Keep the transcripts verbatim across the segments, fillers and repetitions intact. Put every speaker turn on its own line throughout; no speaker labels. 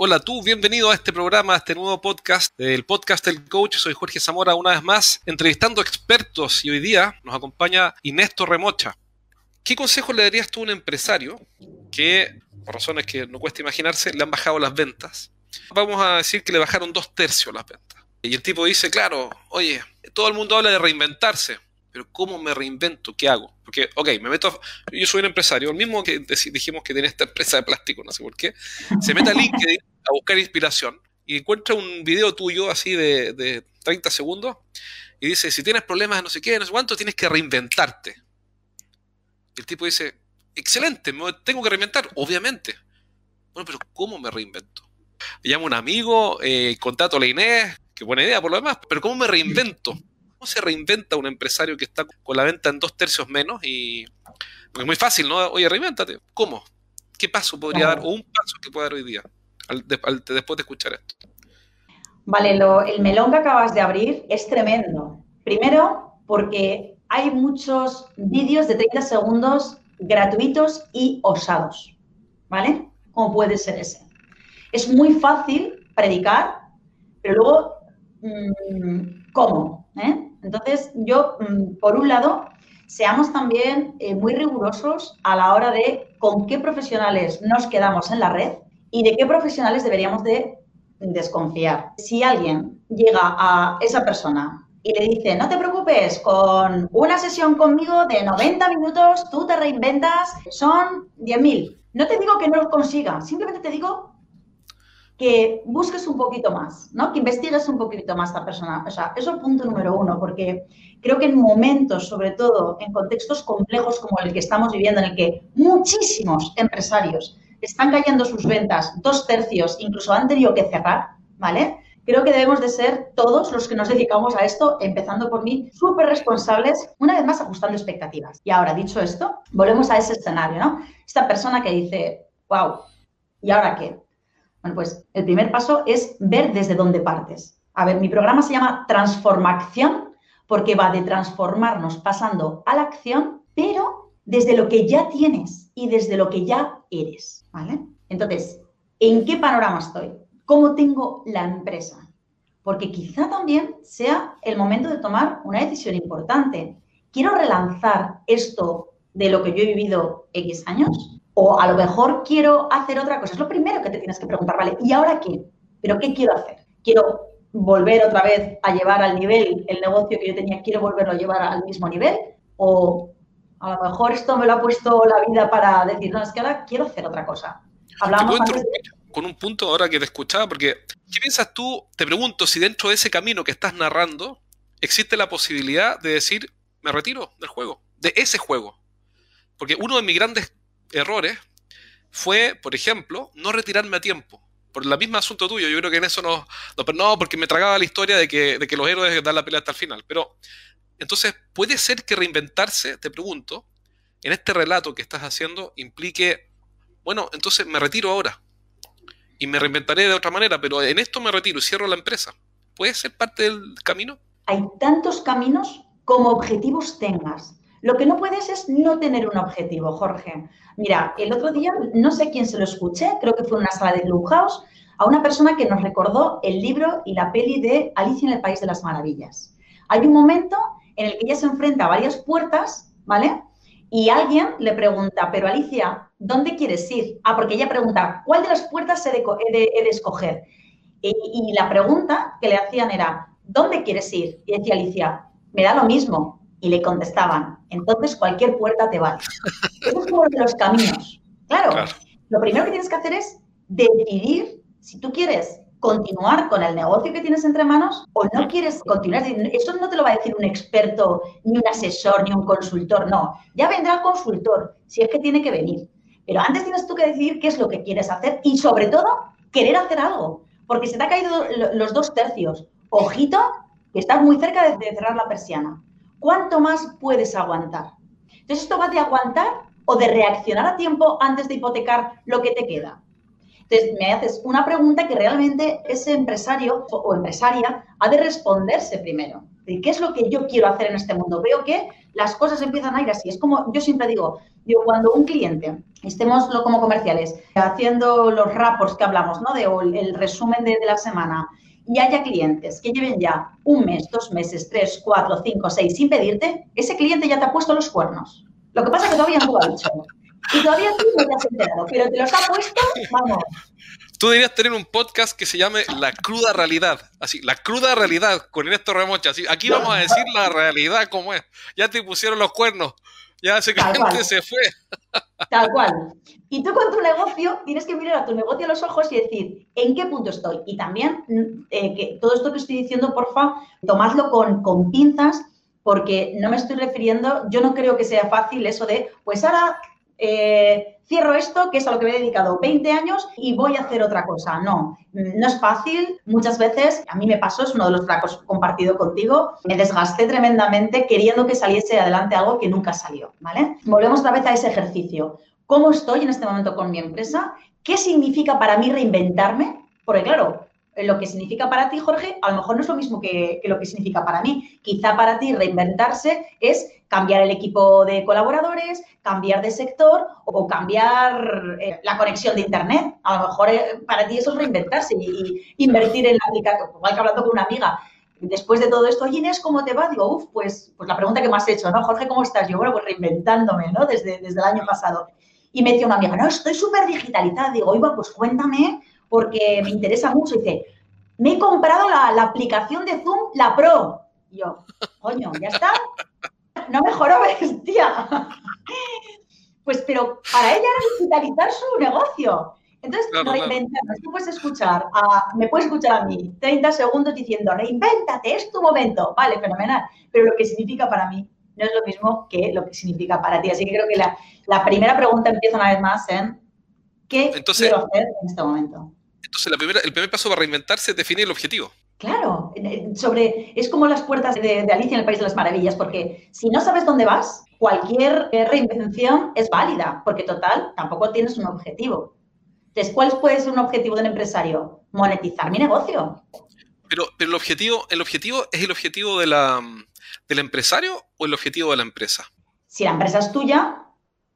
Hola tú, bienvenido a este programa, a este nuevo podcast del Podcast del Coach. Soy Jorge Zamora, una vez más, entrevistando expertos, y hoy día nos acompaña Inés Torremocha. ¿Qué consejo le darías tú a un empresario que, por razones que no cuesta imaginarse, le han bajado las ventas? Vamos a decir que le bajaron dos tercios las ventas. Y el tipo dice, claro, oye, todo el mundo habla de reinventarse, pero ¿cómo me reinvento? ¿Qué hago? Porque, ok, me meto, a, yo soy un empresario, el mismo que dijimos que tiene esta empresa de plástico, no sé por qué, se mete a LinkedIn a buscar inspiración y encuentra un video tuyo así de, de treinta segundos y dice, si tienes problemas de no sé qué, no sé cuánto, tienes que reinventarte. Y el tipo dice, excelente, me tengo que reinventar, obviamente. Bueno, pero ¿cómo me reinvento? Le llamo a un amigo, eh, contrato a la Inés, qué buena idea por lo demás, pero ¿cómo me reinvento? ¿Cómo se reinventa un empresario que está con la venta en dos tercios menos? Y porque es muy fácil, ¿no? Oye, reinvéntate. ¿Cómo? ¿Qué paso podría dar? O un paso que pueda dar hoy día, al, de, al, después de escuchar esto.
Vale, lo, el melón que acabas de abrir es tremendo. Primero, porque hay muchos vídeos de treinta segundos gratuitos y osados, ¿vale? ¿Cómo puede ser ese? Es muy fácil predicar, pero luego, mmm, ¿cómo? ¿Eh? Entonces, yo, mmm, por un lado, seamos también eh, muy rigurosos a la hora de con qué profesionales nos quedamos en la red y de qué profesionales deberíamos de desconfiar. Si alguien llega a esa persona y le dice, no te preocupes, con una sesión conmigo de noventa minutos tú te reinventas, son diez mil. No te digo que no lo consiga, simplemente te digo que busques un poquito más, ¿no? Que investigues un poquito más a esta persona. O sea, eso es el punto número uno, porque creo que en momentos, sobre todo en contextos complejos como el que estamos viviendo, en el que muchísimos empresarios están cayendo sus ventas dos tercios, incluso han tenido que cerrar, ¿vale? Creo que debemos de ser todos los que nos dedicamos a esto, empezando por mí, súper responsables, una vez más ajustando expectativas. Y ahora, dicho esto, volvemos a ese escenario, ¿no? Esta persona que dice, wow, ¿y ahora qué? Bueno, pues el primer paso es ver desde dónde partes. A ver, mi programa se llama Transformación porque va de transformarnos pasando a la acción, pero desde lo que ya tienes y desde lo que ya eres, ¿vale? Entonces, ¿en qué panorama estoy? ¿Cómo tengo la empresa? Porque quizá también sea el momento de tomar una decisión importante. ¿Quiero relanzar esto de lo que yo he vivido X años? O a lo mejor quiero hacer otra cosa. Es lo primero que te tienes que preguntar, ¿vale? ¿Y ahora qué? ¿Pero qué quiero hacer? ¿Quiero volver otra vez a llevar al nivel el negocio que yo tenía? ¿Quiero volverlo a llevar al mismo nivel? ¿O a lo mejor esto me lo ha puesto la vida para decir, no, es que ahora quiero hacer otra cosa? Hablamos
antes de... con un punto ahora que te escuchaba, porque ¿qué piensas tú? Te pregunto si dentro de ese camino que estás narrando existe la posibilidad de decir, me retiro del juego, de ese juego. Porque uno de mis grandes errores fue, por ejemplo, no retirarme a tiempo. Por el mismo asunto tuyo, yo creo que en eso no, no, no porque me tragaba la historia de que, de que los héroes dan la pelea hasta el final. Pero, entonces, ¿puede ser que reinventarse, te pregunto, en este relato que estás haciendo, implique, bueno, entonces me retiro ahora y me reinventaré de otra manera, pero en esto me retiro y cierro la empresa? ¿Puede ser parte del camino?
Hay tantos caminos como objetivos tengas. Lo que no puedes es no tener un objetivo, Jorge. Mira, el otro día, no sé quién se lo escuché, creo que fue en una sala de Clubhouse, a una persona que nos recordó el libro y la peli de Alicia en el País de las Maravillas. Hay un momento en el que ella se enfrenta a varias puertas, ¿vale? Y alguien le pregunta, pero Alicia, ¿dónde quieres ir? Ah, porque ella pregunta, ¿cuál de las puertas he de, he de, he de escoger? Y, y la pregunta que le hacían era, ¿dónde quieres ir? Y decía Alicia, me da lo mismo. Y le contestaban, entonces cualquier puerta te vale. Eso es como los caminos. Claro, claro, lo primero que tienes que hacer es decidir si tú quieres continuar con el negocio que tienes entre manos o no quieres continuar. Eso no te lo va a decir un experto, ni un asesor, ni un consultor, no. Ya vendrá el consultor, si es que tiene que venir. Pero antes tienes tú que decidir qué es lo que quieres hacer y, sobre todo, querer hacer algo. Porque se te han caído los dos tercios. Ojito, que estás muy cerca de cerrar la persiana. ¿Cuánto más puedes aguantar? Entonces, ¿esto va de aguantar o de reaccionar a tiempo antes de hipotecar lo que te queda? Entonces, me haces una pregunta que realmente ese empresario o empresaria ha de responderse primero. de qué es lo que yo quiero hacer en este mundo. Veo que las cosas empiezan a ir así. Es como, yo siempre digo, digo cuando un cliente, estemos como comerciales, haciendo los reports que hablamos, ¿no? De, o el, el resumen de, de la semana, y haya clientes que lleven ya un mes, dos meses, tres, cuatro, cinco, seis, sin pedirte, ese cliente ya te ha puesto los cuernos. Lo que pasa es que todavía no lo ha dicho. Y todavía tú no te has enterado, pero te los ha puesto, vamos.
Tú deberías tener un podcast que se llame La Cruda Realidad. Así, La Cruda Realidad con Néstor Remocha. Así, aquí vamos a decir la realidad como es. Ya te pusieron los cuernos. Ya ese cliente se fue.
Tal cual. Y tú con tu negocio tienes que mirar a tu negocio a los ojos y decir, ¿en qué punto estoy? Y también, eh, que todo esto que estoy diciendo, porfa, tomadlo con, con pinzas, porque no me estoy refiriendo, yo no creo que sea fácil eso de, pues ahora... Eh, cierro esto, que es a lo que me he dedicado veinte años y voy a hacer otra cosa. No, no es fácil. Muchas veces, a mí me pasó, es uno de los fracos compartido contigo, me desgasté tremendamente queriendo que saliese adelante algo que nunca salió, ¿vale? Volvemos otra vez a ese ejercicio. ¿Cómo estoy en este momento con mi empresa? ¿Qué significa para mí reinventarme? Porque claro, lo que significa para ti, Jorge, a lo mejor no es lo mismo que, que lo que significa para mí. Quizá para ti reinventarse es cambiar el equipo de colaboradores, cambiar de sector o cambiar eh, la conexión de Internet. A lo mejor eh, para ti eso es reinventarse y, y invertir en la aplicación. Igual que hablando con una amiga, después de todo esto, oye, Inés, ¿cómo te va? Digo, uff, pues, pues la pregunta que me has hecho, ¿no? Jorge, ¿cómo estás? Yo, bueno, pues reinventándome, ¿no? Desde, desde el año pasado. Y me decía una amiga, no, estoy súper digitalizada. Digo, oiga, pues cuéntame, porque me interesa mucho. Y dice, me he comprado la, la aplicación de Zoom, la Pro. Y yo, coño, ¿ya está? No mejoró, bestia. Pues, pero para ella era digitalizar su negocio. Entonces, claro, reinventarnos. Claro. Tú puedes escuchar, a, me puedes escuchar a mí treinta segundos diciendo, reinvéntate, es tu momento. Vale, fenomenal. Pero lo que significa para mí no es lo mismo que lo que significa para ti. Así que creo que la, la primera pregunta empieza una vez más en ¿qué Entonces, quiero hacer en este momento?
Entonces, la primera, el primer paso para reinventarse es definir el objetivo.
Claro, sobre, es como las puertas de, de Alicia en el País de las Maravillas, porque si no sabes dónde vas, cualquier reinvención es válida, porque total, tampoco tienes un objetivo. Entonces, ¿cuál puede ser un objetivo del empresario? Monetizar mi negocio.
Pero, pero el objetivo, ¿el objetivo es el objetivo de la, del empresario o el objetivo de la empresa?
Si la empresa es tuya,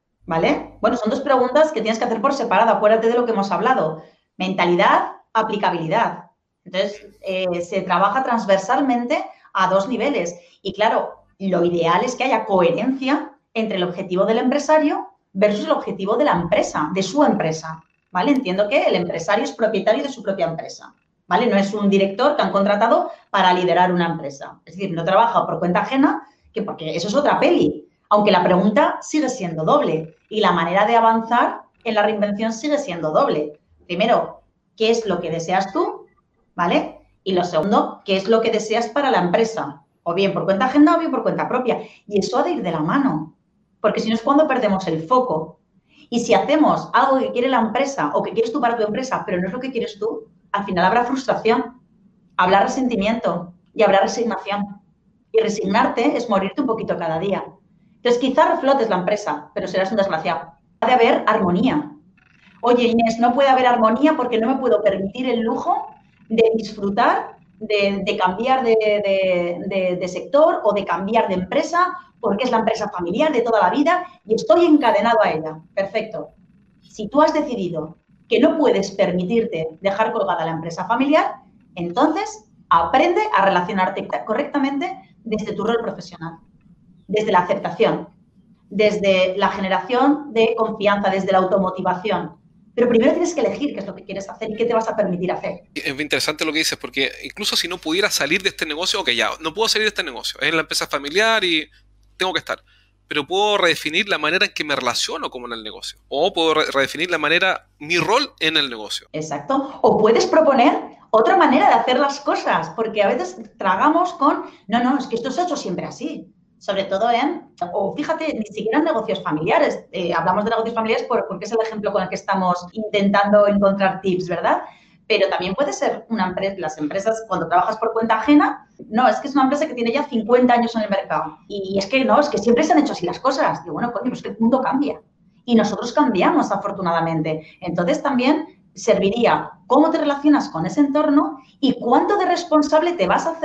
¿vale? Bueno, son dos preguntas que tienes que hacer por separado. Acuérdate de lo que hemos hablado. Mentalidad, aplicabilidad. Entonces, eh, se trabaja transversalmente a dos niveles. Y claro, lo ideal es que haya coherencia entre el objetivo del empresario versus el objetivo de la empresa, de su empresa, ¿vale? Entiendo que el empresario es propietario de su propia empresa, ¿vale? No es un director que han contratado para liderar una empresa. Es decir, no trabaja por cuenta ajena, que porque eso es otra peli. Aunque la pregunta sigue siendo doble y la manera de avanzar en la reinvención sigue siendo doble. Primero, ¿qué es lo que deseas tú? ¿Vale? Y lo segundo, ¿qué es lo que deseas para la empresa? O bien por cuenta ajena o bien por cuenta propia. Y eso ha de ir de la mano, porque si no es cuando perdemos el foco. Y si hacemos algo que quiere la empresa o que quieres tú para tu empresa, pero no es lo que quieres tú, al final habrá frustración, habrá resentimiento y habrá resignación. Y resignarte es morirte un poquito cada día. Entonces, quizás reflotes la empresa, pero serás un desgraciado. Ha de haber armonía. Oye, Inés, no puede haber armonía porque no me puedo permitir el lujo de disfrutar, de, de cambiar de, de, de, de sector o de cambiar de empresa porque es la empresa familiar de toda la vida y estoy encadenado a ella. Perfecto. Si tú has decidido que no puedes permitirte dejar colgada la empresa familiar, entonces aprende a relacionarte correctamente desde tu rol profesional, desde la aceptación, desde la generación de confianza, desde la automotivación. Pero primero tienes que elegir qué es lo que quieres hacer y qué te vas a permitir hacer.
Es muy interesante lo que dices, porque incluso si no pudiera salir de este negocio, ok, ya, no puedo salir de este negocio, es la empresa familiar y tengo que estar, pero puedo redefinir la manera en que me relaciono como en el negocio, o puedo re redefinir la manera, mi rol en el negocio.
Exacto, o puedes proponer otra manera de hacer las cosas, porque a veces tragamos con, no, no, es que esto se ha hecho siempre así. Sobre todo en, o fíjate, ni siquiera en negocios familiares. Eh, hablamos de negocios familiares por, porque es el ejemplo con el que estamos intentando encontrar tips, ¿verdad? Pero también puede ser una empresa, las empresas, cuando trabajas por cuenta ajena, no, es que es una empresa que tiene ya cincuenta años en el mercado. Y es que no, es que siempre se han hecho así las cosas. Digo, bueno, coño, pues que el mundo cambia. Y nosotros cambiamos, afortunadamente. Entonces también serviría cómo te relacionas con ese entorno y cuánto de responsable te vas a hacer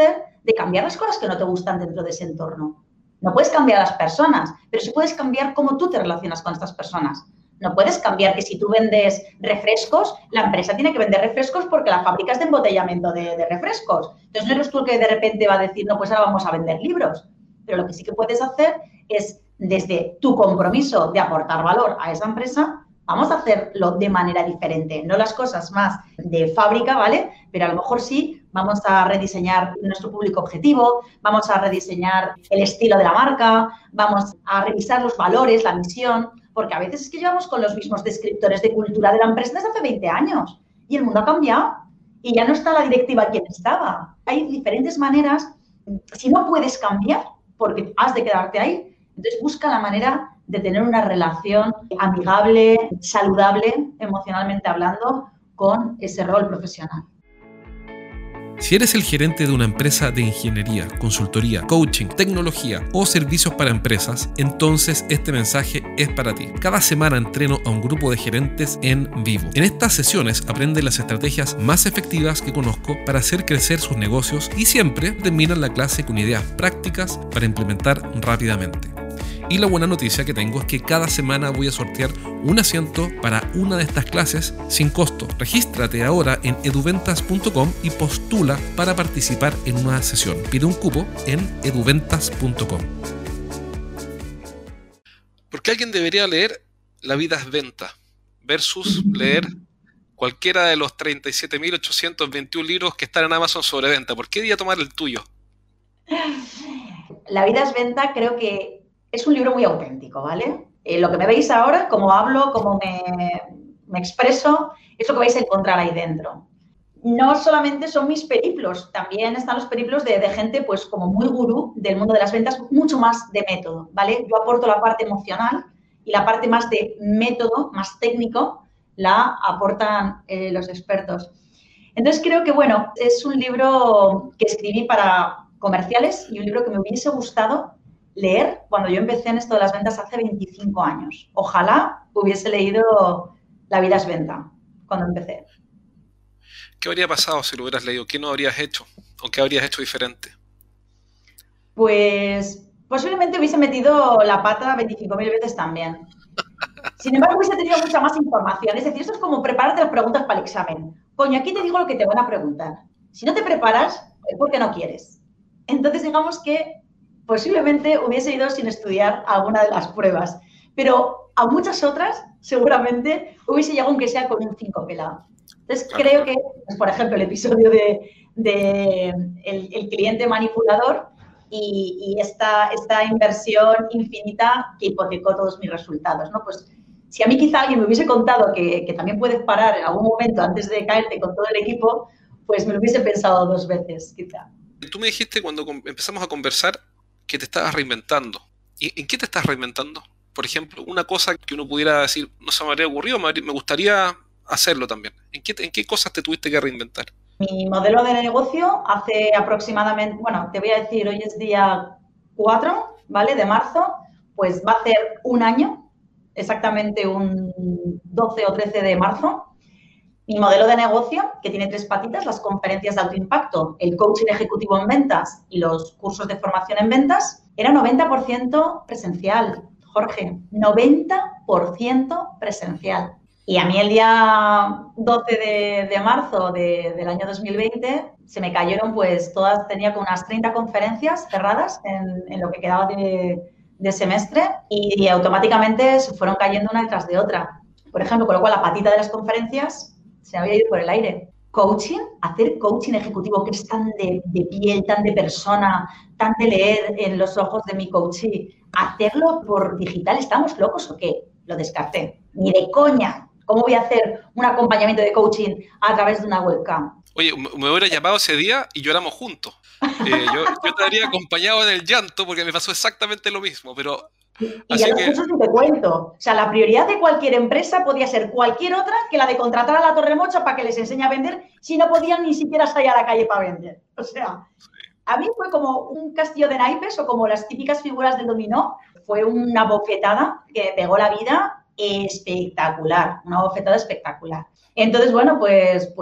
de cambiar las cosas que no te gustan dentro de ese entorno. No puedes cambiar a las personas, pero sí puedes cambiar cómo tú te relacionas con estas personas. No puedes cambiar que si tú vendes refrescos, la empresa tiene que vender refrescos porque la fábrica es de embotellamiento de, de refrescos. Entonces no eres tú el que de repente va a decir, no, pues ahora vamos a vender libros. Pero lo que sí que puedes hacer es, desde tu compromiso de aportar valor a esa empresa, vamos a hacerlo de manera diferente. No las cosas más de fábrica, ¿vale? Pero a lo mejor sí vamos a rediseñar nuestro público objetivo, vamos a rediseñar el estilo de la marca, vamos a revisar los valores, la misión, porque a veces es que llevamos con los mismos descriptores de cultura de la empresa desde hace veinte años y el mundo ha cambiado y ya no está la directiva quien estaba. Hay diferentes maneras. Si no puedes cambiar, porque has de quedarte ahí, entonces busca la manera de tener una relación amigable, saludable, emocionalmente hablando, con ese rol profesional.
Si eres el gerente de una empresa de ingeniería, consultoría, coaching, tecnología o servicios para empresas, entonces este mensaje es para ti. Cada semana entreno a un grupo de gerentes en vivo. En estas sesiones aprenden las estrategias más efectivas que conozco para hacer crecer sus negocios y siempre terminan la clase con ideas prácticas para implementar rápidamente. Y la buena noticia que tengo es que cada semana voy a sortear un asiento para una de estas clases sin costo. Regístrate ahora en eduventas punto com y postula para participar en una sesión. Pide un cupo en eduventas punto com. ¿Por qué alguien debería leer La vida es venta versus leer cualquiera de los treinta y siete mil ochocientos veintiún libros que están en Amazon sobre venta? ¿Por qué debería tomar el tuyo?
La vida es venta, creo que es un libro muy auténtico, ¿vale? Eh, lo que me veis ahora, cómo hablo, cómo me, me expreso, es lo que vais a encontrar ahí dentro. No solamente son mis periplos, también están los periplos de, de gente, pues, como muy gurú del mundo de las ventas, mucho más de método, ¿vale? Yo aporto la parte emocional y la parte más de método, más técnico, la aportan eh, los expertos. Entonces, creo que, bueno, es un libro que escribí para comerciales y un libro que me hubiese gustado leer cuando yo empecé en esto de las ventas hace veinticinco años. Ojalá hubiese leído La vida es venta cuando empecé.
¿Qué habría pasado si lo hubieras leído? ¿Qué no habrías hecho? ¿O qué habrías hecho diferente?
Pues posiblemente hubiese metido la pata veinticinco mil veces también. Sin embargo, hubiese tenido mucha más información. Es decir, esto es como prepararte las preguntas para el examen. Coño, aquí te digo lo que te van a preguntar. Si no te preparas, es porque no quieres. Entonces, digamos que posiblemente hubiese ido sin estudiar alguna de las pruebas, pero a muchas otras seguramente hubiese llegado aunque sea con un cinco pelado. Entonces claro, creo que, pues, por ejemplo, el episodio de, de el, el cliente manipulador y, y esta, esta inversión infinita que hipotecó todos mis resultados, ¿no? Pues si a mí quizá alguien me hubiese contado que, que también puedes parar en algún momento antes de caerte con todo el equipo, pues me lo hubiese pensado dos veces, quizá.
Tú me dijiste cuando empezamos a conversar que te estabas reinventando. ¿Y en qué te estás reinventando? Por ejemplo, una cosa que uno pudiera decir, no se me habría ocurrido, me gustaría hacerlo también. ¿En qué, en qué cosas te tuviste que reinventar?
Mi modelo de negocio hace aproximadamente, bueno, te voy a decir, hoy es día cuatro, ¿vale? De marzo, pues va a hacer un año, exactamente un doce o trece de marzo. Mi modelo de negocio, que tiene tres patitas, las conferencias de alto impacto, el coaching ejecutivo en ventas y los cursos de formación en ventas, era noventa por ciento presencial, Jorge, noventa por ciento presencial. Y a mí el día doce de, de marzo de, del año dos mil veinte se me cayeron, pues todas, tenía como unas treinta conferencias cerradas en, en lo que quedaba de, de semestre y, y automáticamente se fueron cayendo una detrás de otra. Por ejemplo, con lo cual la patita de las conferencias se había ido por el aire. Coaching, hacer coaching ejecutivo que es tan de, de piel, tan de persona, tan de leer en los ojos de mi coachee, hacerlo por digital, ¿estamos locos o qué? Lo descarté. Ni de coña. ¿Cómo voy a hacer un acompañamiento de coaching a través de una webcam?
Oye, me hubiera llamado ese día y lloramos juntos. Eh, yo, yo te habría acompañado en el llanto porque me pasó exactamente lo mismo, pero...
Y ya los cursos que te cuento. O sea, la prioridad de cualquier empresa podía ser cualquier otra que la de contratar a la Torre Mocha para que les enseñe a vender si no podían ni siquiera salir a la calle para vender. O sea, a mí fue como un castillo de naipes o como las típicas figuras del dominó. Fue una bofetada que me pegó la vida espectacular, una bofetada espectacular. Entonces, bueno, pues, pues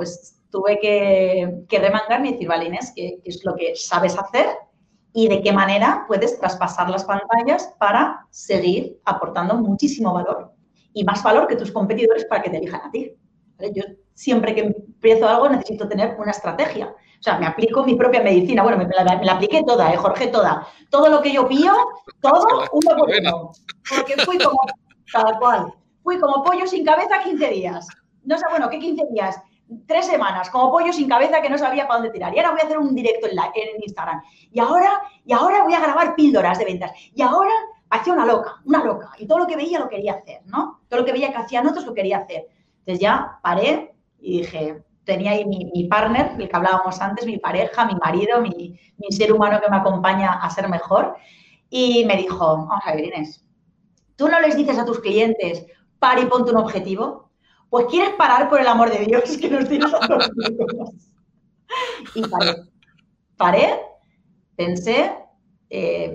tuve que, que remangarme y decir, vale, Inés, ¿qué, qué es lo que sabes hacer y de qué manera puedes traspasar las pantallas para seguir aportando muchísimo valor y más valor que tus competidores para que te elijan a ti? ¿Vale? Yo siempre que empiezo algo necesito tener una estrategia. O sea, me aplico mi propia medicina. Bueno, me la, me la apliqué toda, ¿eh, Jorge? Toda. Todo lo que yo pillo, todo uno por uno. Porque fui como, tal cual, fui como pollo sin cabeza quince días. No sé, bueno, ¿qué quince días? Tres semanas, como pollo sin cabeza que no sabía para dónde tirar. Y ahora voy a hacer un directo en, la, en Instagram. Y ahora, y ahora voy a grabar píldoras de ventas. Y ahora hacía una loca, una loca. Y todo lo que veía lo quería hacer, ¿no? Todo lo que veía que hacían otros lo quería hacer. Entonces ya paré y dije, tenía ahí mi, mi partner, el que hablábamos antes, mi pareja, mi marido, mi, mi ser humano que me acompaña a ser mejor. Y me dijo, vamos a ver, Inés, ¿tú no les dices a tus clientes, para y ponte un objetivo? Pues quieres parar, por el amor de Dios, que nos tienes a todos. Y paré. Paré, pensé, eh,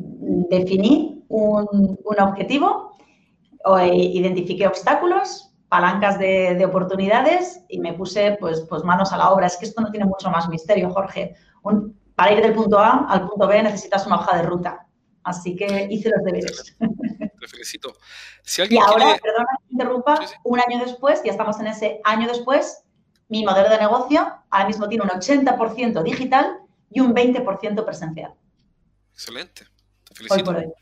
definí un, un objetivo, eh, identifiqué obstáculos, palancas de, de oportunidades y me puse pues, pues manos a la obra. Es que esto no tiene mucho más misterio, Jorge. Un, para ir del punto A al punto B necesitas una hoja de ruta. Así que hice los deberes.
Te felicito. Si alguien
y ahora,
quiere...
perdona que interrumpa, sí, sí. un año después, ya estamos en ese año después, mi modelo de negocio ahora mismo tiene un ochenta por ciento digital y un veinte por ciento presencial.
Excelente. Te felicito.
Hoy por hoy.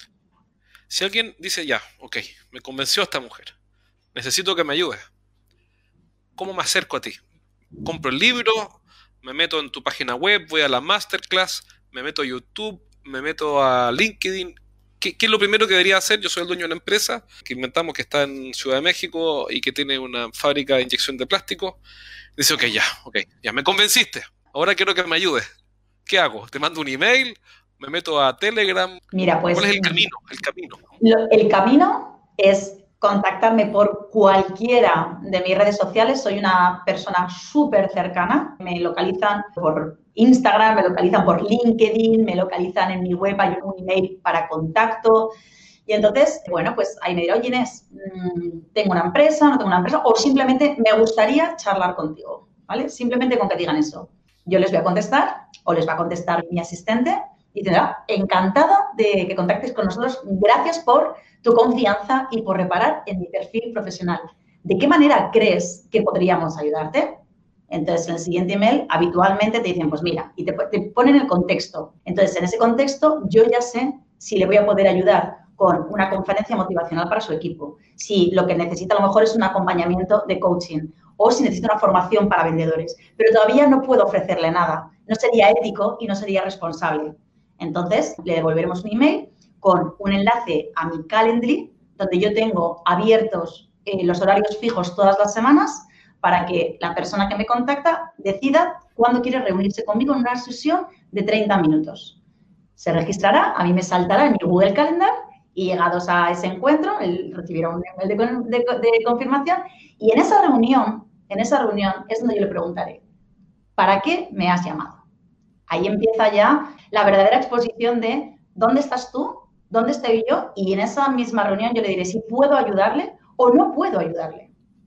Si alguien dice, ya, ok, me convenció esta mujer, necesito que me ayudes, ¿cómo me acerco a ti? Compro el libro, me meto en tu página web, voy a la masterclass, me meto a YouTube, me meto a LinkedIn. ¿Qué, ¿Qué es lo primero que debería hacer? Yo soy el dueño de una empresa que inventamos que está en Ciudad de México y que tiene una fábrica de inyección de plástico. Dice, ok, ya, ok, ya me convenciste. Ahora quiero que me ayudes. ¿Qué hago? ¿Te mando un email? ¿Me meto a Telegram?
Mira, pues,
¿cuál es el camino? El camino,
lo, el camino es contactarme por cualquiera de mis redes sociales. Soy una persona súper cercana. Me localizan por Instagram, me localizan por LinkedIn, me localizan en mi web, hay un email para contacto. Y entonces, bueno, pues ahí me diré, oye, Inés, tengo una empresa, no tengo una empresa, o simplemente me gustaría charlar contigo, ¿vale? Simplemente con que digan eso. Yo les voy a contestar o les va a contestar mi asistente y tendrá encantada de que contactes con nosotros. Gracias por tu confianza y por reparar en mi perfil profesional. ¿De qué manera crees que podríamos ayudarte? Entonces, en el siguiente email, habitualmente te dicen, pues mira, y te, te ponen el contexto. Entonces, en ese contexto, yo ya sé si le voy a poder ayudar con una conferencia motivacional para su equipo, si lo que necesita a lo mejor es un acompañamiento de coaching o si necesita una formación para vendedores. Pero todavía no puedo ofrecerle nada. No sería ético y no sería responsable. Entonces, le devolveremos un email con un enlace a mi Calendly, donde yo tengo abiertos eh, los horarios fijos todas las semanas para que la persona que me contacta decida cuándo quiere reunirse conmigo en una sesión de treinta minutos. Se registrará, a mí me saltará en mi Google Calendar y llegados a ese encuentro, él recibirá un email de, de, de confirmación y en esa reunión, en esa reunión es donde yo le preguntaré, ¿para qué me has llamado? Ahí empieza ya la verdadera exposición de ¿dónde estás tú? ¿Dónde estoy yo? Y en esa misma reunión yo le diré si puedo ayudarle o no puedo ayudarle.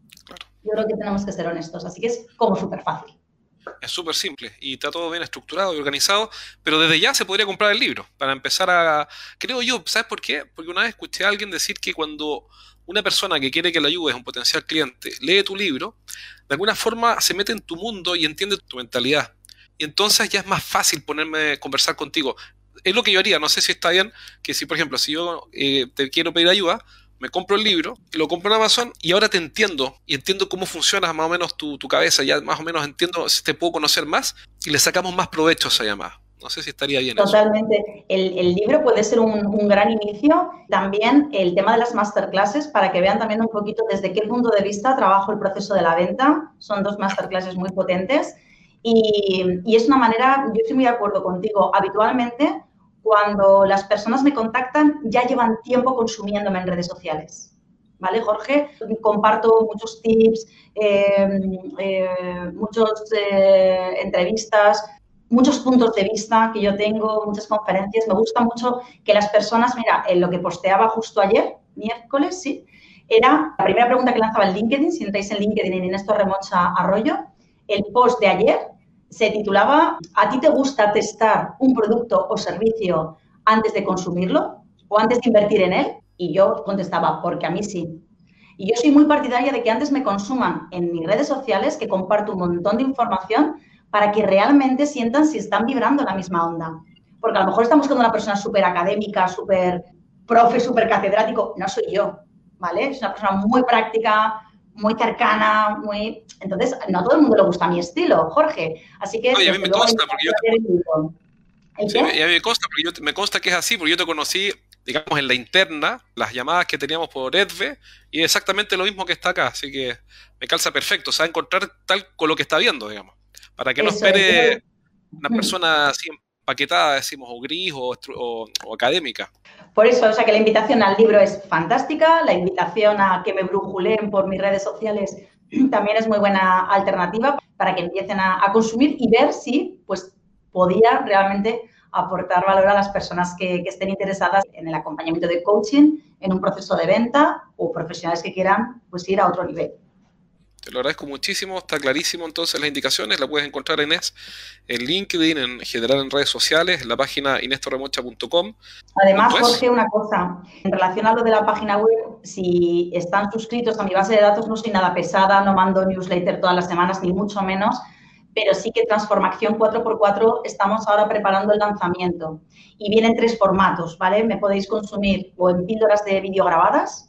Yo creo que tenemos que ser honestos, así que es como súper fácil.
Es súper simple y está todo bien estructurado y organizado, pero desde ya se podría comprar el libro para empezar a... Creo yo, ¿sabes por qué? Porque una vez escuché a alguien decir que cuando una persona que quiere que le ayudes, un potencial cliente, lee tu libro, de alguna forma se mete en tu mundo y entiende tu mentalidad. Y entonces ya es más fácil ponerme a conversar contigo. Es lo que yo haría, no sé si está bien, que si, por ejemplo, si yo eh, te quiero pedir ayuda, me compro el libro, lo compro en Amazon y ahora te entiendo y entiendo cómo funciona más o menos tu, tu cabeza, ya más o menos entiendo si te puedo conocer más y le sacamos más provecho a esa llamada. No sé si estaría bien.
Totalmente. El, el libro puede ser un, un gran inicio. También el tema de las masterclasses, para que vean también un poquito desde qué punto de vista trabajo el proceso de la venta. Son dos masterclasses muy potentes y, y es una manera, yo estoy muy de acuerdo contigo, habitualmente cuando las personas me contactan ya llevan tiempo consumiéndome en redes sociales. ¿Vale, Jorge? Comparto muchos tips, eh, eh, muchas eh, entrevistas, muchos puntos de vista que yo tengo, muchas conferencias. Me gusta mucho que las personas, mira, en lo que posteaba justo ayer, miércoles, sí, era la primera pregunta que lanzaba en LinkedIn, si entráis en LinkedIn en Inés Torremocha Arroyo, el post de ayer se titulaba ¿a ti te gusta testar un producto o servicio antes de consumirlo o antes de invertir en él? Y yo contestaba, porque a mí sí. Y yo soy muy partidaria de que antes me consuman en mis redes sociales, que comparto un montón de información para que realmente sientan si están vibrando en la misma onda. Porque a lo mejor estamos buscando una persona súper académica, súper profe, súper catedrático. No soy yo, ¿vale? Es una persona muy práctica, muy cercana, muy... Entonces, no a todo el mundo le gusta mi estilo, Jorge. Así que...
Oye, a mí me consta, porque yo...
¿El
sí,
qué?
a mí me consta, porque yo, me consta que es así, porque yo te conocí, digamos, en la interna, las llamadas que teníamos por Edve, y exactamente lo mismo que está acá, así que me calza perfecto, o sea, encontrar tal con lo que está viendo, digamos, para que no
Eso
espere
es.
una persona así empaquetada, decimos, o gris o, o, o académica.
Por eso, o sea, que la invitación al libro es fantástica, la invitación a que me brujuleen por mis redes sociales también es muy buena alternativa para que empiecen a, a consumir y ver si, pues, podía realmente aportar valor a las personas que, que estén interesadas en el acompañamiento de coaching, en un proceso de venta o profesionales que quieran, pues, ir a otro nivel.
Te lo agradezco muchísimo, está clarísimo entonces las indicaciones, la puedes encontrar en Inés, en LinkedIn, en general en redes sociales, en la página inés torremocha punto com.
Además, Jorge, una cosa, en relación a lo de la página web, si están suscritos a mi base de datos, no soy nada pesada, no mando newsletter todas las semanas, ni mucho menos, pero sí que Transformación cuatro por cuatro estamos ahora preparando el lanzamiento. Y vienen tres formatos, ¿vale? Me podéis consumir o en píldoras de vídeo grabadas,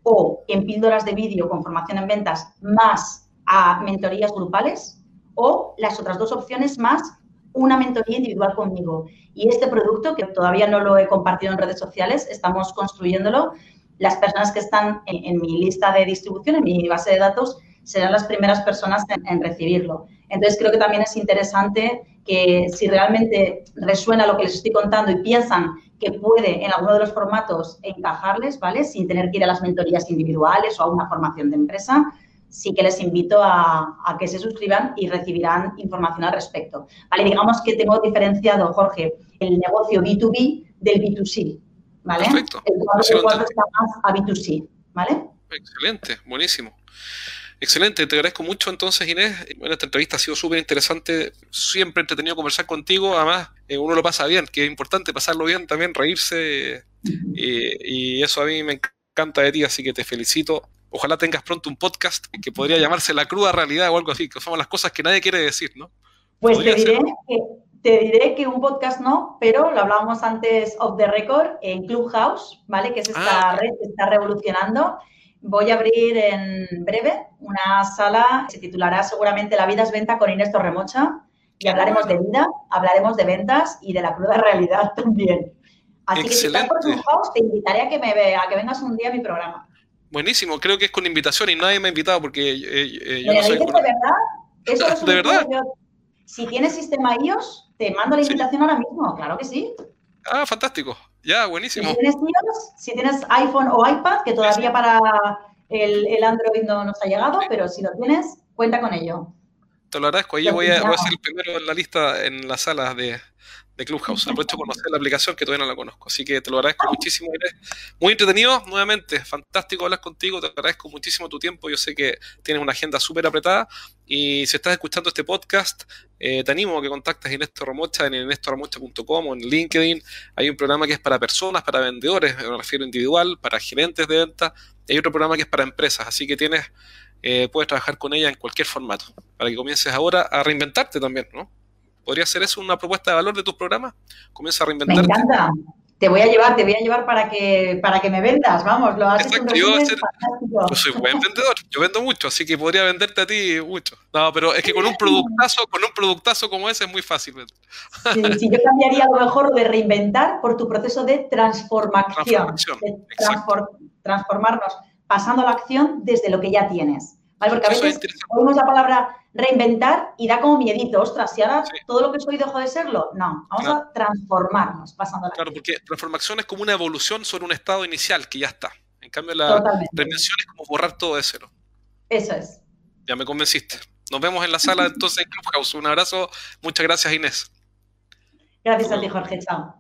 o en píldoras de vídeo con formación en ventas más a mentorías grupales, o las otras dos opciones más una mentoría individual conmigo. Y este producto, que todavía no lo he compartido en redes sociales, estamos construyéndolo. Las personas que están en, en mi lista de distribución, en mi base de datos, serán las primeras personas en, en recibirlo. Entonces, creo que también es interesante que si realmente resuena lo que les estoy contando y piensan que puede en alguno de los formatos encajarles, ¿vale? Sin tener que ir a las mentorías individuales o a una formación de empresa, sí que les invito a, a que se suscriban y recibirán información al respecto. Vale, digamos que tengo diferenciado, Jorge, el negocio B dos B del B dos C, ¿vale?
Perfecto.
El cuatro por cuatro está más a B dos C, ¿vale?
Excelente, buenísimo. Excelente, te agradezco mucho entonces, Inés. Bueno, esta entrevista ha sido súper interesante, siempre entretenido conversar contigo, además eh, uno lo pasa bien, que es importante pasarlo bien también, reírse, eh, y eso a mí me encanta de ti, así que te felicito. Ojalá tengas pronto un podcast que podría llamarse La Cruda Realidad o algo así, que son las cosas que nadie quiere decir, ¿no?
Pues te diré, que, te diré que un podcast no, pero lo hablábamos antes off the record en Clubhouse, ¿vale? Que es esta ah, red que está revolucionando. Voy a abrir en breve una sala que se titulará seguramente La vida es venta con Inés Torremocha y hablaremos de vida, hablaremos de ventas y de la cruda realidad también. Así Excelente. Que si estás por Clubhouse, te invitaré a que, me vea, a que vengas un día a mi programa.
Buenísimo, creo que es con invitación y nadie me ha invitado porque eh, eh, yo
¿Me
no soy...
¿De verdad? Eso lo
¿De verdad?
Yo. Si tienes sistema iOS, te mando la invitación ¿Sí? ahora mismo, claro que sí.
Ah, fantástico. Ya, buenísimo.
Si tienes iOS, si tienes iPhone o iPad, que todavía sí, sí. para el, el Android no nos ha llegado, sí. pero si lo tienes, cuenta con ello.
Te lo agradezco. Ahí voy a, voy a ser el primero en la lista, en las salas de, de Clubhouse. Aprovecho de conocer la aplicación que todavía no la conozco. Así que te lo agradezco muchísimo, Inés. Muy entretenido, nuevamente. Fantástico hablar contigo. Te agradezco muchísimo tu tiempo. Yo sé que tienes una agenda súper apretada. Y si estás escuchando este podcast, eh, te animo a que contactes a Inés Torremocha en inés torremocha punto com o en LinkedIn. Hay un programa que es para personas, para vendedores, me refiero individual, para gerentes de venta. Y hay otro programa que es para empresas. Así que tienes... Eh, puedes trabajar con ella en cualquier formato, para que comiences ahora a reinventarte también, ¿no? ¿Podría ser eso una propuesta de valor de tus programas? Comienza a reinventarte.
Me encanta. Te voy a llevar, te voy a llevar para que, para que me vendas, vamos, lo has
Exacto,
hecho un
yo, ser, yo soy buen vendedor, yo vendo mucho, así que podría venderte a ti mucho. No, pero es que con un productazo, con un productazo como ese es muy fácil vender.
Sí, sí, yo cambiaría a lo mejor de reinventar por tu proceso de transformación.
Transformación,
de transform, transformarnos, pasando a la acción desde lo que ya tienes. ¿Vale? Porque a veces oímos la palabra reinventar y da como miedito. Ostras, si ahora sí. todo lo que soy dejó de serlo. No, vamos claro. a transformarnos pasando a la
Claro, acción. Porque transformación es como una evolución sobre un estado inicial que ya está. En cambio, la reinvención es como borrar todo de cero.
Eso es.
Ya me convenciste. Nos vemos en la sala entonces en Clubhouse. Un abrazo. Muchas gracias, Inés.
Gracias a ti, Jorge. Chao.